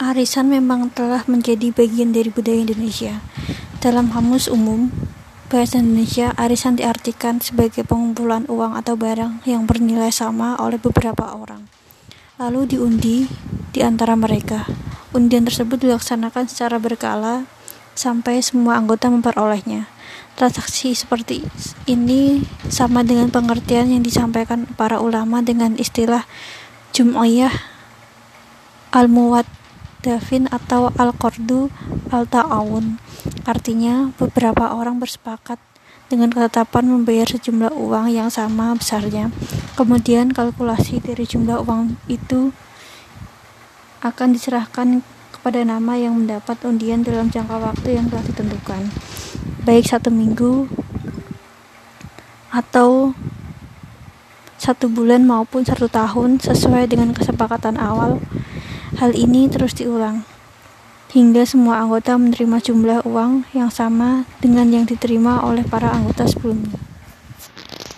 Arisan memang telah menjadi bagian dari budaya Indonesia. Dalam Kamus Umum Bahasa Indonesia, arisan diartikan sebagai pengumpulan uang atau barang yang bernilai sama oleh beberapa orang, lalu diundi di antara mereka. Undian tersebut dilaksanakan secara berkala sampai semua anggota memperolehnya. Transaksi seperti ini sama dengan pengertian yang disampaikan para ulama dengan istilah Jum'iyah al-Muwaddafin atau al-Qardu al-Ta'awun. Artinya, beberapa orang bersepakat dengan ketetapan membayar sejumlah uang yang sama besarnya. Kemudian kalkulasi dari jumlah uang itu akan diserahkan kepada nama yang mendapat undian dalam jangka waktu yang telah ditentukan, baik 1 minggu atau 1 bulan maupun 1 tahun sesuai dengan kesepakatan awal. Hal ini terus diulang hingga semua anggota menerima jumlah uang yang sama dengan yang diterima oleh para anggota sebelumnya.